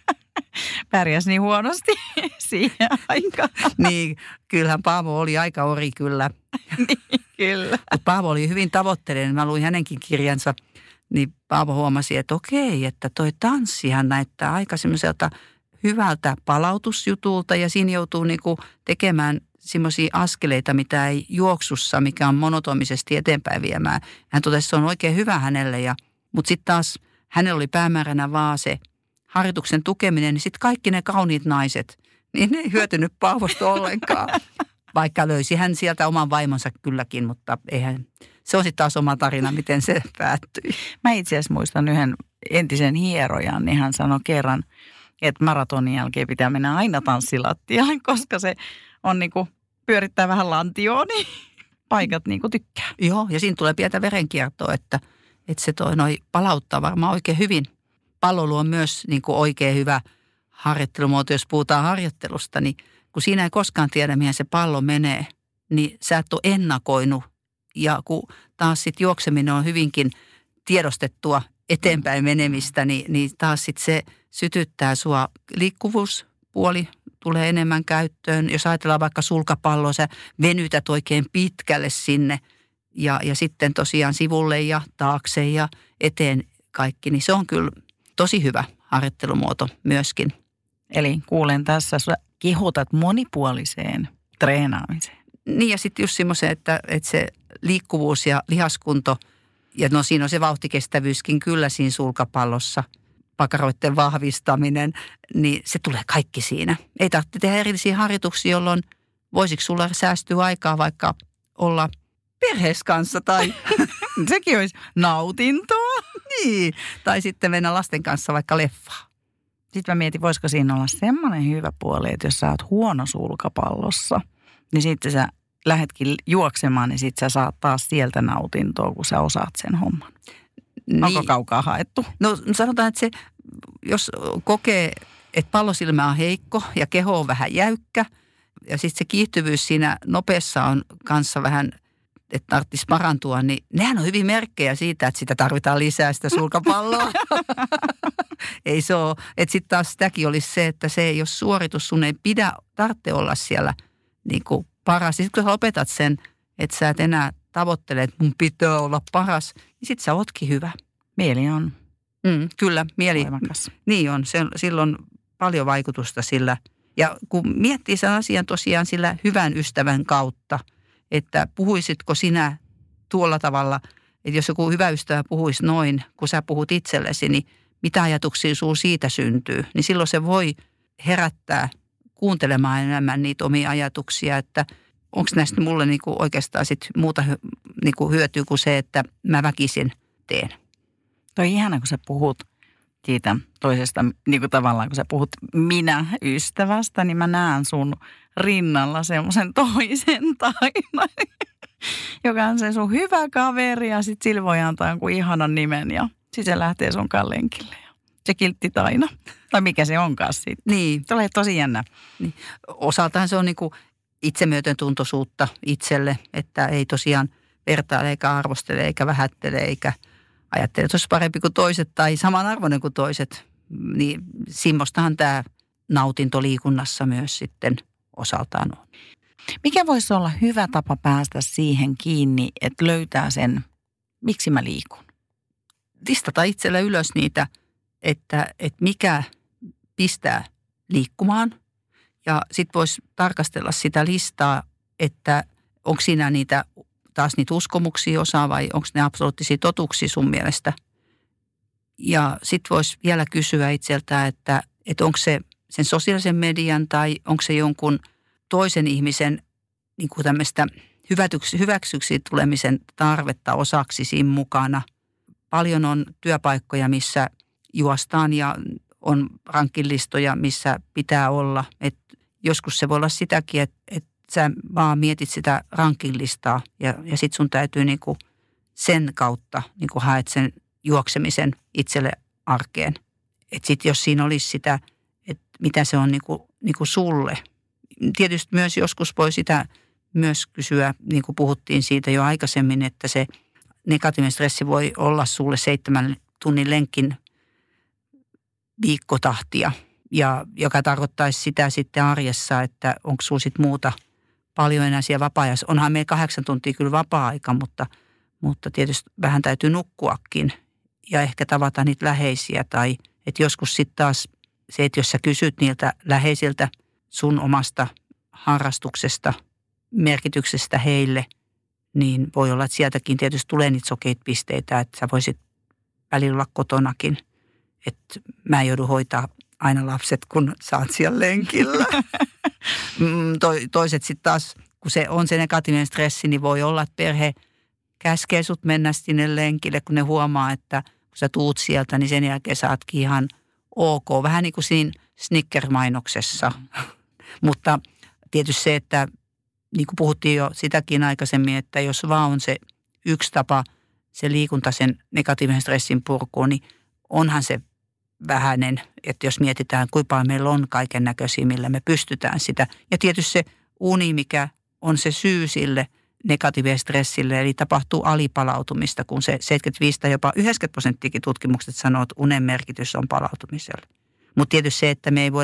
Pärjäs niin huonosti siihen aikaan. Niin, kyllähän Paavo oli aika ori kyllä. Niin, kyllä. Mutta Paavo oli hyvin tavoitteellinen. Mä luin hänenkin kirjansa, niin Paavo huomasi, että okei, että toi tanssihan näyttää aika semmoiselta hyvältä palautusjutulta ja siinä joutuu niinku tekemään semmoisia askeleita, mitä ei juoksussa, mikä on monotonisesti eteenpäin viemään. Hän totesi, että se on oikein hyvä hänelle, ja, mutta sitten taas hänellä oli päämääränä vaan se harjoituksen tukeminen, niin sitten kaikki ne kauniit naiset, niin ne ei hyötynyt Paavosta ollenkaan. Vaikka löysi hän sieltä oman vaimonsa kylläkin, mutta eihän, se on sitten taas oma tarina, miten se päättyi. Mä itse asiassa muistan yhden entisen hierojan, niin hän sanoi kerran, että maratonin jälkeen pitää mennä aina tanssilattiaan, koska se on niinku, pyörittää vähän lantioon, niin paikat niinku tykkää. Joo, ja siinä tulee pientä verenkiertoa, että, että se toi noi palauttaa varmaan oikein hyvin. Palloilu on myös niinku oikein hyvä harjoittelumuoto, jos puhutaan harjoittelusta, niin kun siinä ei koskaan tiedä, mihin se pallo menee, niin sä et ole ennakoinut. Ja kun taas sitten juokseminen on hyvinkin tiedostettua eteenpäin menemistä, niin, niin taas sitten se sytyttää sua liikkuvuuspuoli tulee enemmän käyttöön. Jos ajatellaan vaikka sulkapalloa, sä venytät oikein pitkälle sinne ja, ja sitten tosiaan sivulle ja taakse ja eteen kaikki, niin se on kyllä tosi hyvä harjoittelumuoto myöskin. Eli kuulen tässä, sä kehotat monipuoliseen treenaamiseen. Niin ja sitten just semmoisen, että, että se liikkuvuus ja lihaskunto, ja no siinä on se vauhtikestävyyskin kyllä siinä sulkapallossa, pakaroiden vahvistaminen, niin se tulee kaikki siinä. Ei tarvitse tehdä erillisiä harjoituksia, jolloin voisiko sulla säästyä aikaa vaikka olla perheessä kanssa tai sekin olisi nautintoa. Niin, tai sitten mennä lasten kanssa vaikka leffaan. Sitten mä mietin, voisiko siinä olla semmoinen hyvä puoli, että jos sä oot huono sulkapallossa, niin sitten sä lähdetkin juoksemaan, niin sitten sä saat taas sieltä nautintoa, kun sä osaat sen homman. Niin. Onko kaukaa haettu? No sanotaan, että se, jos kokee, että pallosilmä on heikko ja keho on vähän jäykkä, ja sitten se kiihtyvyys siinä nopeassa on kanssa vähän, että tarvitsisi parantua, niin nehän on hyvin merkkejä siitä, että sitä tarvitaan lisää sitä sulkapalloa. Ei se ole. Että sitten taas sitäkin olisi se, että se ei ole suoritus, sun ei pidä, tarvitse olla siellä niin kuin paras. Sitten kun sä lopetat sen, että sä et enää tavoittele, että mun pitää olla paras, niin sitten sä ootkin hyvä. Mieli on. Mm, kyllä, mieli. Voimakas. Niin on. Se, sillä on paljon vaikutusta sillä. Ja kun miettii sen asian tosiaan sillä hyvän ystävän kautta, että puhuisitko sinä tuolla tavalla, että jos joku hyvä ystävä puhuisi noin, kun sä puhut itsellesi, niin mitä ajatuksia sinulla siitä syntyy, niin silloin se voi herättää kuuntelemaan enemmän niitä omia ajatuksia, että onko näistä mulle niinku oikeastaan sit muuta niinku hyötyä kuin se, että mä väkisin teen. Toi ihana, kun sä puhut siitä toisesta, niin kuin tavallaan kun sä puhut minä-ystävästä, niin mä näen sun rinnalla semmoisen toisen tainan, joka on se sun hyvä kaveri ja sit sillä voi antaa jonkun ihanan nimen ja sit se lähtee sunkaan lenkille. Se kiltti Taina. Tai mikä se onkaan sitten. Niin. Tulee tosi jännä. Niin. Osaltaan se on niinku itsemyötöntuntoisuutta itselle, että ei tosiaan vertaile eikä arvostele eikä vähättele eikä ajattele, että olisi parempi kuin toiset tai samanarvoinen kuin toiset. Niin semmoistahan tämä nautinto liikunnassa myös sitten osaltaan on. Mikä voisi olla hyvä tapa päästä siihen kiinni, että löytää sen, miksi mä liikun? Listata itselle ylös niitä, että, että mikä pistää liikkumaan. Ja sitten voisi tarkastella sitä listaa, että onko siinä niitä, taas niitä uskomuksia osaa vai onko ne absoluuttisia totuuksia sun mielestä. Ja sitten voisi vielä kysyä itseltään, että, että onko se sen sosiaalisen median tai onko se jonkun toisen ihmisen niin kuin tämmöistä hyväksyksi tulemisen tarvetta osaksi siinä mukana. Paljon on työpaikkoja, missä juostaan ja on rankinlistoja, missä pitää olla. Et joskus se voi olla sitäkin, että et sä vaan mietit sitä rankinlistaa ja, ja sit sun täytyy niinku sen kautta niinku haet sen juoksemisen itselle arkeen. Että sit jos siinä olisi sitä, että mitä se on niinku, niinku sulle. Tietysti myös joskus voi sitä myös kysyä, niin kuin puhuttiin siitä jo aikaisemmin, että se negatiivinen stressi voi olla sulle seitsemän tunnin lenkin viikkotahtia, ja joka tarkoittaisi sitä sitten arjessa, että onko sinulla sitten muuta paljon enää siellä vapaa-ajassa. Onhan meillä kahdeksan tuntia kyllä vapaa-aika, mutta, mutta tietysti vähän täytyy nukkuakin ja ehkä tavata niitä läheisiä. Tai että joskus sitten taas se, että jos sä kysyt niiltä läheisiltä sun omasta harrastuksesta, merkityksestä heille, niin voi olla, että sieltäkin tietysti tulee niitä sokeita pisteitä, että sä voisit välillä olla kotonakin. Että mä en joudu hoitaa aina lapset, kun sä oot siellä lenkillä. Toiset sitten taas, kun se on se negatiivinen stressi, niin voi olla, että perhe käskee sut mennä sinne lenkille, kun ne huomaa, että kun sä tuut sieltä, niin sen jälkeen sä ootkin ihan ok. Vähän niin kuin siinä Snicker-mainoksessa. Mutta tietysti se, että niin kuin puhuttiin jo sitäkin aikaisemmin, että jos vaan on se yksi tapa, se liikunta sen negatiivisen stressin purkuun, niin onhan se vähäinen, että jos mietitään, kuinka paljon meillä on kaiken näköisiä, millä me pystytään sitä. Ja tietysti se uni, mikä on se syy sille negatiiviselle stressille, eli tapahtuu alipalautumista, kun se seitsemänkymmentäviisi tai jopa yhdeksänkymmentä prosenttiakin tutkimukset sanoo, että unen merkitys on palautumiselle. Mutta tietysti se, että me ei voida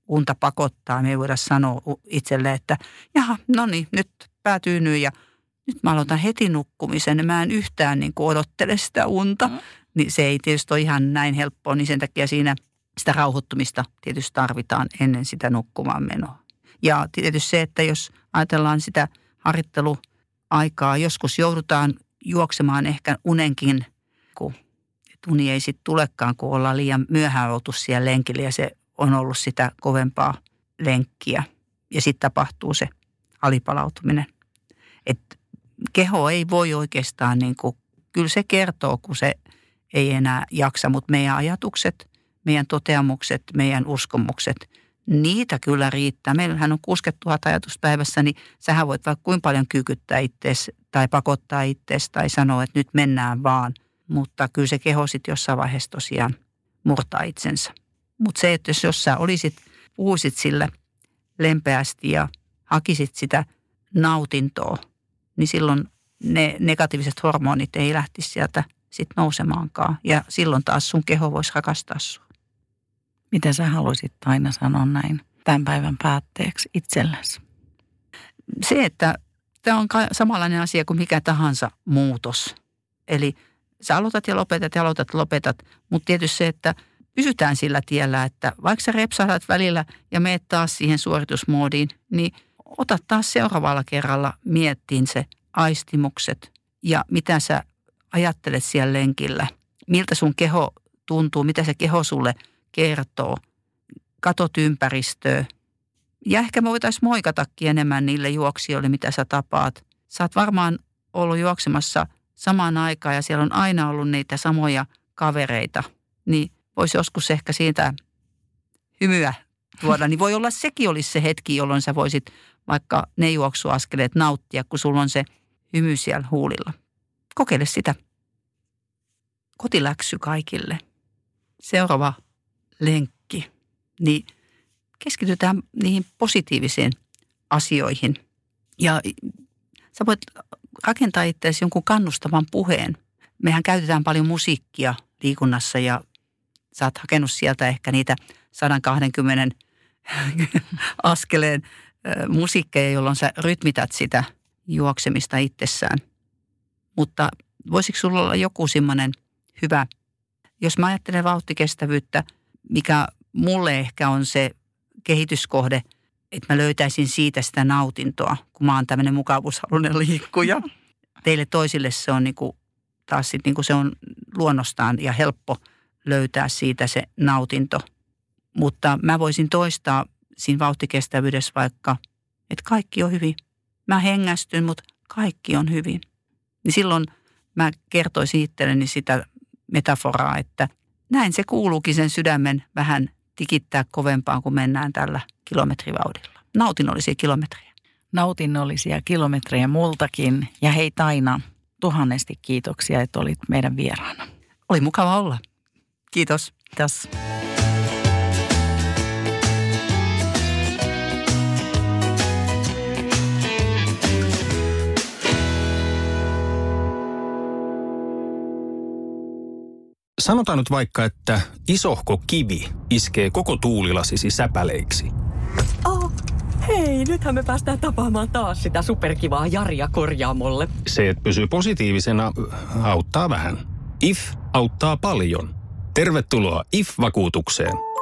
unta pakottaa. Me ei voida sanoa itselle, että jaha, no niin, nyt päätyy nyt ja nyt mä aloitan heti nukkumisen ja mä en yhtään niin kuin odottele sitä unta. Mm. Niin se ei tietysti ole ihan näin helppoa, niin sen takia siinä sitä rauhoittumista tietysti tarvitaan ennen sitä nukkumaan menoa. Ja tietysti se, että jos ajatellaan sitä harjoitteluaikaa, joskus joudutaan juoksemaan ehkä unenkin, kun uni ei sitten tulekaan, kun ollaan liian myöhään oltu siellä lenkillä ja se on ollut sitä kovempaa lenkkiä. Ja sitten tapahtuu se alipalautuminen. Et keho ei voi oikeastaan, niin kuin, kyllä se kertoo, kun se ei enää jaksa, mutta meidän ajatukset, meidän toteamukset, meidän uskomukset, niitä kyllä riittää. Meillähän on kuusikymmentätuhatta ajatusta päivässä, niin sähän voit vaikka kuinka paljon kykyttää itseesi tai pakottaa itseesi tai sanoa, että nyt mennään vaan. Mutta kyllä se keho sitten jossain vaiheessa tosiaan murtaa itsensä. Mutta se, että jos, jos sä olisit, puhuisit sille lempeästi ja hakisit sitä nautintoa, niin silloin ne negatiiviset hormonit ei lähtisi sieltä sitten nousemaankaan. Ja silloin taas sun keho voisi rakastaa sua. Mitä sä haluaisit aina sanoa näin tämän päivän päätteeksi itsellesi? Se, että tämä on samanlainen asia kuin mikä tahansa muutos. Eli sä aloitat ja lopetat ja aloitat ja lopetat, mutta tietysti se, että pysytään sillä tiellä, että vaikka sä repsahdat välillä ja meet taas siihen suoritusmoodiin, niin ota taas seuraavalla kerralla miettiin se aistimukset ja mitä sä ajattelet siellä lenkillä. Miltä sun keho tuntuu, mitä se keho sulle kertoo. Katot ympäristöä. Ja ehkä me voitaisiin moikatakin enemmän niille juoksijoille, mitä sä tapaat. Sä oot varmaan ollut juoksemassa samaan aikaan ja siellä on aina ollut niitä samoja kavereita. Niin voisi joskus ehkä siitä hymyä tuoda. Niin voi olla sekin olisi se hetki, jolloin sä voisit vaikka ne juoksuaskeleet nauttia, kun sulla on se hymy siellä huulilla. Kokeile sitä. Kotiläksy kaikille. Seuraava lenkki. Niin keskitytään niihin positiivisiin asioihin. Ja sä voit rakentaa itseäsi jonkun kannustavan puheen. Mehän käytetään paljon musiikkia liikunnassa ja sä oot hakenut sieltä ehkä niitä sata kaksikymmentä askeleen musiikkeja, jolloin sä rytmität sitä juoksemista itsessään. Mutta voisiko sulla olla joku semmoinen hyvä, jos mä ajattelen vauhtikestävyyttä, mikä mulle ehkä on se kehityskohde, että mä löytäisin siitä sitä nautintoa, kun mä oon tämmöinen mukavuushaluinen liikkuja. Teille toisille se on niinku, taas sit niinku se on luonnostaan ja helppo löytää siitä se nautinto. Mutta mä voisin toistaa siinä vauhtikestävyydessä vaikka, että kaikki on hyvin. Mä hengästyn, mutta kaikki on hyvin. Niin silloin mä kertoisin itselleni sitä metaforaa, että näin se kuuluukin sen sydämen vähän tikittää kovempaan, kun mennään tällä kilometrivauhdilla. Nautinnollisia kilometrejä. Nautinnollisia kilometrejä multakin. Ja hei Taina, tuhannesti kiitoksia, että olit meidän vieraana. Oli mukava olla. Kiitos. Kiitos. Sanotaan nyt vaikka, että isohko kivi iskee koko tuulilasisi säpäleiksi. Oh, hei, nythän me päästään tapaamaan taas sitä superkivaa Jaria korjaamolle. Se, että pysyy positiivisena, auttaa vähän. I F auttaa paljon. Tervetuloa I F-vakuutukseen.